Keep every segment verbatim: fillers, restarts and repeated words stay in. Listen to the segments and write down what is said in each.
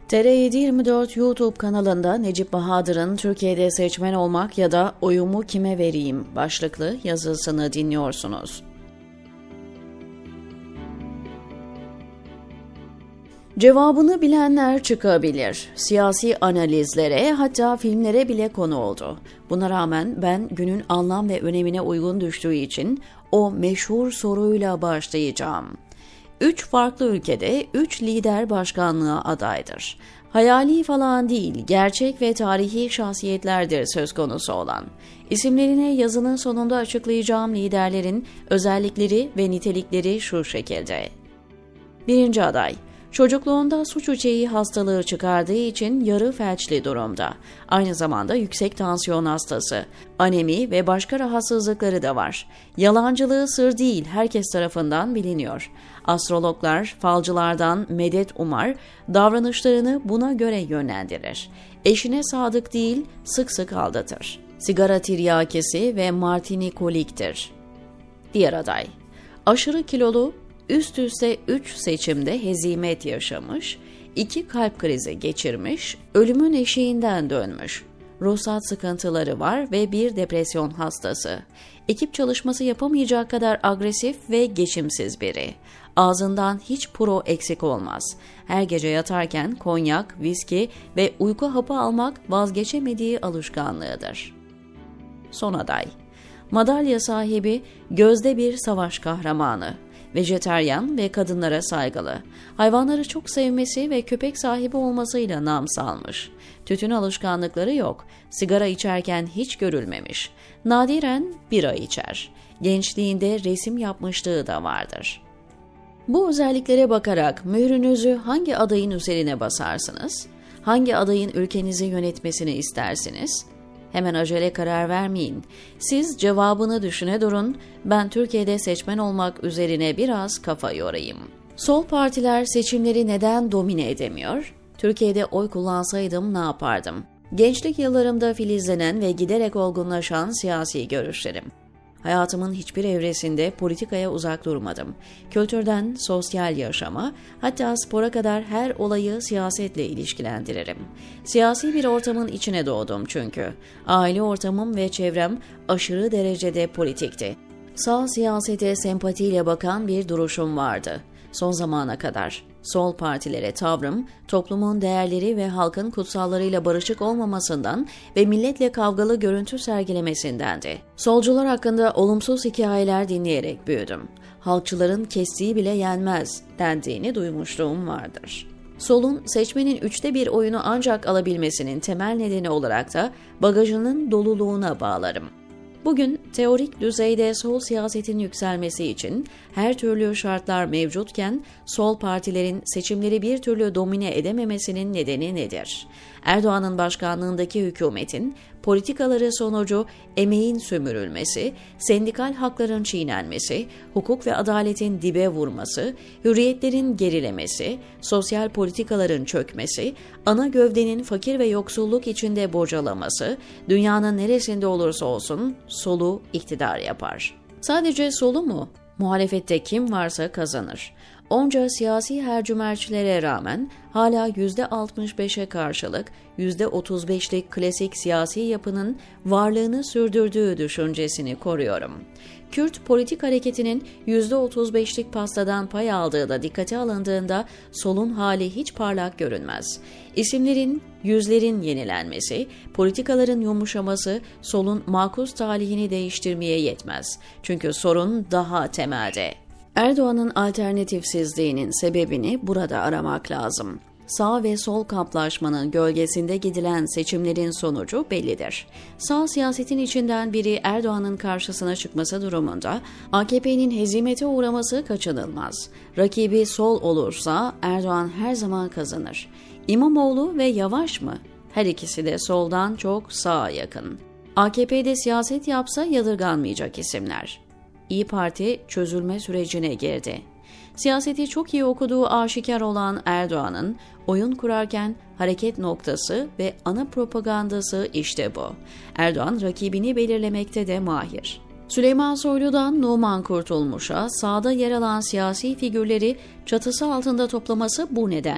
T R yedi yirmi dört YouTube kanalında Necip Bahadır'ın Türkiye'de seçmen olmak ya da oyumu kime vereyim başlıklı yazısını dinliyorsunuz. Cevabını bilenler çıkabilir. Siyasi analizlere, hatta filmlere bile konu oldu. Buna rağmen ben günün anlam ve önemine uygun düştüğü için o meşhur soruyla başlayacağım. Üç farklı ülkede üç lider başkanlığa adaydır. Hayali falan değil, gerçek ve tarihi şahsiyetlerdir söz konusu olan. İsimlerini yazının sonunda açıklayacağım liderlerin özellikleri ve nitelikleri şu şekilde. Birinci aday. Çocukluğunda su çiçeği hastalığı çıkardığı için yarı felçli durumda. Aynı zamanda yüksek tansiyon hastası, anemi ve başka rahatsızlıkları da var. Yalancılığı sır değil, herkes tarafından biliniyor. Astrologlar, falcılardan medet umar, davranışlarını buna göre yönlendirir. Eşine sadık değil, sık sık aldatır. Sigara tiryakisi ve martinikoliktir. Diğer aday. Aşırı kilolu, üst üste üç seçimde hezimet yaşamış, iki kalp krizi geçirmiş, ölümün eşiğinden dönmüş. Ruhsal sıkıntıları var ve bir depresyon hastası. Ekip çalışması yapamayacak kadar agresif ve geçimsiz biri. Ağzından hiç puro eksik olmaz. Her gece yatarken konyak, viski ve uyku hapı almak vazgeçemediği alışkanlığıdır. Son aday. Madalya sahibi, gözde bir savaş kahramanı. Vejetaryen ve kadınlara saygılı. Hayvanları çok sevmesi ve köpek sahibi olmasıyla nam salmış. Tütün alışkanlıkları yok. Sigara içerken hiç görülmemiş. Nadiren bira içer. Gençliğinde resim yapmışlığı da vardır. Bu özelliklere bakarak mührünüzü hangi adayın üzerine basarsınız? Hangi adayın ülkenizi yönetmesini istersiniz? Hemen acele karar vermeyin. Siz cevabını düşüne durun, ben Türkiye'de seçmen olmak üzerine biraz kafa yorayım. Sol partiler seçimleri neden domine edemiyor? Türkiye'de oy kullansaydım ne yapardım? Gençlik yıllarımda filizlenen ve giderek olgunlaşan siyasi görüşlerim. Hayatımın hiçbir evresinde politikaya uzak durmadım. Kültürden sosyal yaşama, hatta spora kadar her olayı siyasetle ilişkilendiririm. Siyasi bir ortamın içine doğdum çünkü. Aile ortamım ve çevrem aşırı derecede politikti. Sağ siyasete sempatiyle bakan bir duruşum vardı. Son zamana kadar. Sol partilere tavrım, toplumun değerleri ve halkın kutsallarıyla barışık olmamasından ve milletle kavgalı görüntü sergilemesindendi. Solcular hakkında olumsuz hikayeler dinleyerek büyüdüm. Halkçıların kestiği bile yenmez dendiğini duymuşluğum vardır. Solun seçmenin üçte bir oyunu ancak alabilmesinin temel nedeni olarak da bagajının doluluğuna bağlarım. Bugün teorik düzeyde sol siyasetin yükselmesi için her türlü şartlar mevcutken sol partilerin seçimleri bir türlü domine edememesinin nedeni nedir? Erdoğan'ın başkanlığındaki hükümetin politikaları sonucu emeğin sömürülmesi, sendikal hakların çiğnenmesi, hukuk ve adaletin dibe vurması, hürriyetlerin gerilemesi, sosyal politikaların çökmesi, ana gövdenin fakir ve yoksulluk içinde bocalaması, dünyanın neresinde olursa olsun solu iktidar yapar. Sadece solu mu? Muhalefette kim varsa kazanır. Onca siyasi hercümerçilere rağmen hala yüzde altmış beşe karşılık yüzde otuz beşlik klasik siyasi yapının varlığını sürdürdüğü düşüncesini koruyorum. Kürt politik hareketinin yüzde otuz beşlik pastadan pay aldığı da dikkate alındığında solun hali hiç parlak görünmez. İsimlerin, yüzlerin yenilenmesi, politikaların yumuşaması solun makus talihini değiştirmeye yetmez. Çünkü sorun daha temelde. Erdoğan'ın alternatifsizliğinin sebebini burada aramak lazım. Sağ ve sol kamplaşmanın gölgesinde gidilen seçimlerin sonucu bellidir. Sağ siyasetin içinden biri Erdoğan'ın karşısına çıkması durumunda A K P'nin hezimete uğraması kaçınılmaz. Rakibi sol olursa Erdoğan her zaman kazanır. İmamoğlu ve Yavaş mı? Her ikisi de soldan çok sağa yakın. A K P'de siyaset yapsa yadırganmayacak isimler. İYİ Parti çözülme sürecine girdi. Siyaseti çok iyi okuduğu aşikar olan Erdoğan'ın oyun kurarken hareket noktası ve ana propagandası işte bu. Erdoğan rakibini belirlemekte de mahir. Süleyman Soylu'dan Numan Kurtulmuş'a sağda yer alan siyasi figürleri çatısı altında toplaması bu nedenle.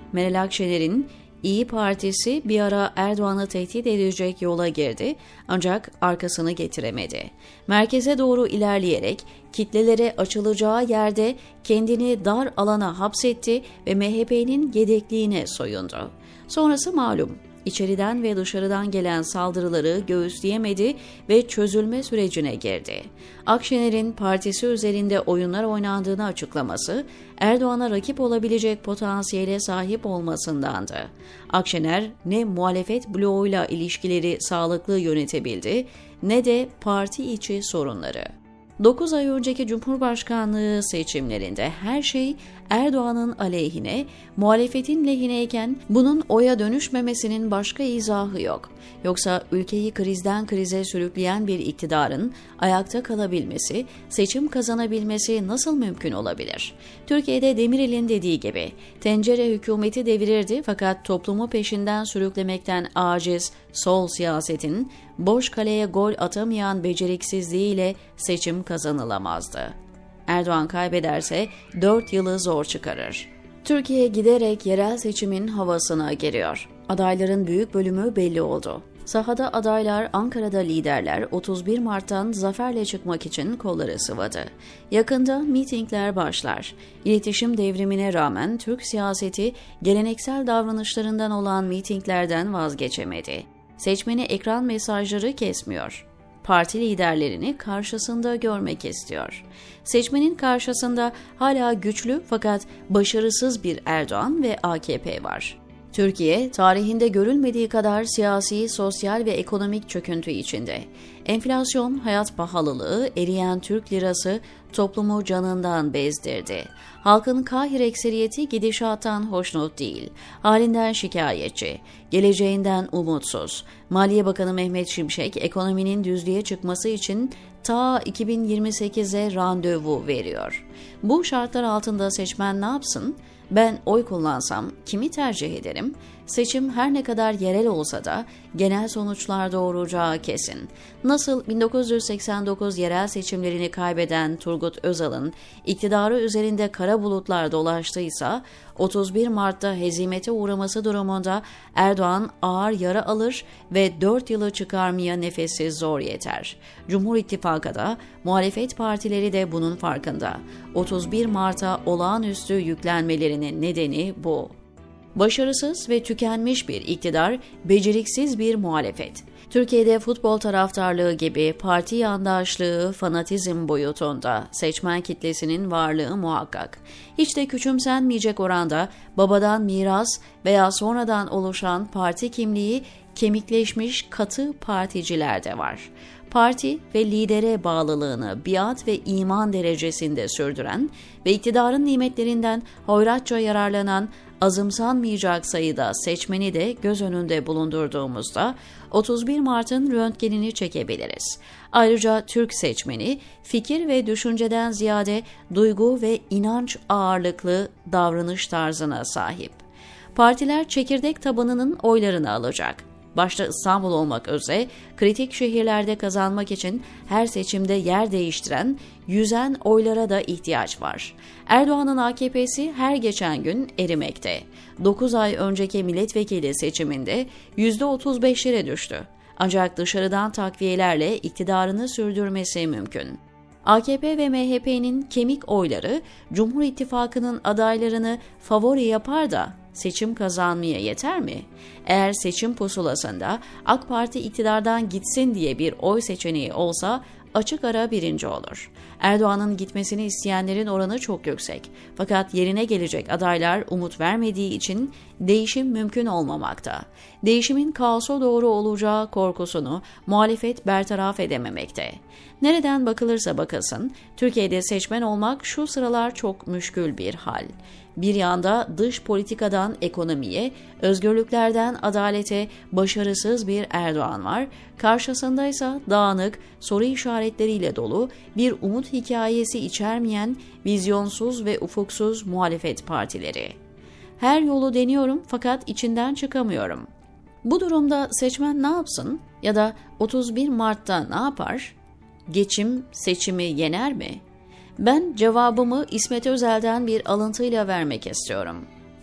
Meral Akşener'in İyi Partisi bir ara Erdoğan'ı tehdit edecek yola girdi ancak arkasını getiremedi. Merkeze doğru ilerleyerek kitlelere açılacağı yerde kendini dar alana hapsetti ve M H P'nin yedekliğine soyundu. Sonrası malum. İçeriden ve dışarıdan gelen saldırıları göğüsleyemedi ve çözülme sürecine girdi. Akşener'in partisi üzerinde oyunlar oynandığını açıklaması, Erdoğan'a rakip olabilecek potansiyele sahip olmasındandı. Akşener ne muhalefet bloğuyla ilişkileri sağlıklı yönetebildi ne de parti içi sorunları. dokuz ay önceki Cumhurbaşkanlığı seçimlerinde her şey Erdoğan'ın aleyhine, muhalefetin lehineyken bunun oya dönüşmemesinin başka izahı yok. Yoksa ülkeyi krizden krize sürükleyen bir iktidarın ayakta kalabilmesi, seçim kazanabilmesi nasıl mümkün olabilir? Türkiye'de Demirel'in dediği gibi, tencere hükümeti devirirdi fakat toplumu peşinden sürüklemekten aciz sol siyasetin, boş kaleye gol atamayan beceriksizliğiyle seçim kazanılamazdı. Erdoğan kaybederse dört yılı zor çıkarır. Türkiye giderek yerel seçimin havasına giriyor. Adayların büyük bölümü belli oldu. Sahada adaylar, Ankara'da liderler otuz bir Mart'tan zaferle çıkmak için kolları sıvadı. Yakında mitingler başlar. İletişim devrimine rağmen Türk siyaseti geleneksel davranışlarından olan mitinglerden vazgeçemedi. Seçmeni ekran mesajları kesmiyor. Parti liderlerini karşısında görmek istiyor. Seçmenin karşısında hala güçlü fakat başarısız bir Erdoğan ve A K P var. Türkiye, tarihinde görülmediği kadar siyasi, sosyal ve ekonomik çöküntü içinde. Enflasyon, hayat pahalılığı, eriyen Türk lirası toplumu canından bezdirdi. Halkın kahir ekseriyeti gidişattan hoşnut değil, halinden şikayetçi, geleceğinden umutsuz. Maliye Bakanı Mehmet Şimşek, ekonominin düzlüğe çıkması için ta iki bin yirmi sekize randevu veriyor. Bu şartlar altında seçmen ne yapsın? Ben oy kullansam kimi tercih ederim? Seçim her ne kadar yerel olsa da genel sonuçlar doğuracağı kesin. Nasıl bin dokuz yüz seksen dokuz yerel seçimlerini kaybeden Turgut Özal'ın iktidarı üzerinde kara bulutlar dolaştıysa, otuz bir Mart'ta hezimete uğraması durumunda Erdoğan ağır yara alır ve dört yılı çıkarmaya nefesi zor yeter. Cumhur İttifakı da, muhalefet partileri de bunun farkında. otuz bir Mart'a olağanüstü yüklenmelerinin nedeni bu. Başarısız ve tükenmiş bir iktidar, beceriksiz bir muhalefet. Türkiye'de futbol taraftarlığı gibi parti yandaşlığı, fanatizm boyutunda seçmen kitlesinin varlığı muhakkak. Hiç de küçümsenmeyecek oranda babadan miras veya sonradan oluşan parti kimliği kemikleşmiş katı particiler de var. Parti ve lidere bağlılığını biat ve iman derecesinde sürdüren ve iktidarın nimetlerinden hoyratça yararlanan azımsanmayacak sayıda seçmeni de göz önünde bulundurduğumuzda otuz bir Mart'ın röntgenini çekebiliriz. Ayrıca Türk seçmeni fikir ve düşünceden ziyade duygu ve inanç ağırlıklı davranış tarzına sahip. Partiler çekirdek tabanının oylarını alacak. Başta İstanbul olmak üzere kritik şehirlerde kazanmak için her seçimde yer değiştiren, yüzen oylara da ihtiyaç var. Erdoğan'ın A K P'si her geçen gün erimekte. dokuz ay önceki milletvekili seçiminde yüzde otuz beşlere düştü. Ancak dışarıdan takviyelerle iktidarını sürdürmesi mümkün. A K P ve M H P'nin kemik oyları Cumhur İttifakı'nın adaylarını favori yapar da seçim kazanmaya yeter mi? Eğer seçim pusulasında AK Parti iktidardan gitsin diye bir oy seçeneği olsa açık ara birinci olur. Erdoğan'ın gitmesini isteyenlerin oranı çok yüksek. Fakat yerine gelecek adaylar umut vermediği için değişim mümkün olmamakta. Değişimin kaosa doğru olacağı korkusunu muhalefet bertaraf edememekte. Nereden bakılırsa bakılsın, Türkiye'de seçmen olmak şu sıralar çok müşkül bir hal. Bir yanda dış politikadan ekonomiye, özgürlüklerden adalete başarısız bir Erdoğan var, karşısındaysa dağınık, soru işaretleriyle dolu, bir umut hikayesi içermeyen, vizyonsuz ve ufuksuz muhalefet partileri. Her yolu deniyorum fakat içinden çıkamıyorum. Bu durumda seçmen ne yapsın ya da otuz bir Mart'ta ne yapar? Geçim seçimi yener mi? Ben cevabımı İsmet Özel'den bir alıntıyla vermek istiyorum.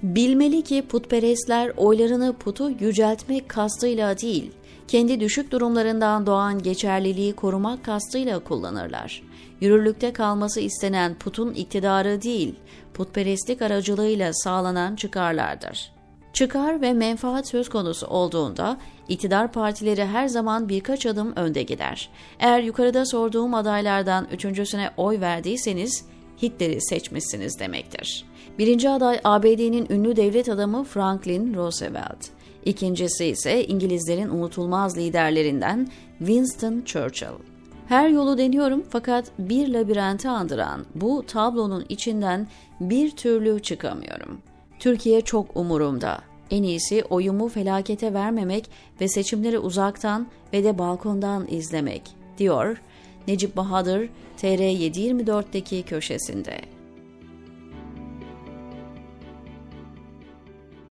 Bilmeli ki putperestler oylarını putu yüceltmek kastıyla değil, kendi düşük durumlarından doğan geçerliliği korumak kastıyla kullanırlar. Yürürlükte kalması istenen putun iktidarı değil, putperestlik aracılığıyla sağlanan çıkarlardır. Çıkar ve menfaat söz konusu olduğunda iktidar partileri her zaman birkaç adım önde gider. Eğer yukarıda sorduğum adaylardan üçüncüsüne oy verdiyseniz Hitler'i seçmişsiniz demektir. Birinci aday A B D'nin ünlü devlet adamı Franklin Roosevelt. İkincisi ise İngilizlerin unutulmaz liderlerinden Winston Churchill. Her yolu deniyorum fakat bir labirenti andıran bu tablonun içinden bir türlü çıkamıyorum. Türkiye çok umurumda. En iyisi oyumu felakete vermemek ve seçimleri uzaktan ve de balkondan izlemek, diyor Necip Bahadır T R yedi yirmi dörtteki köşesinde.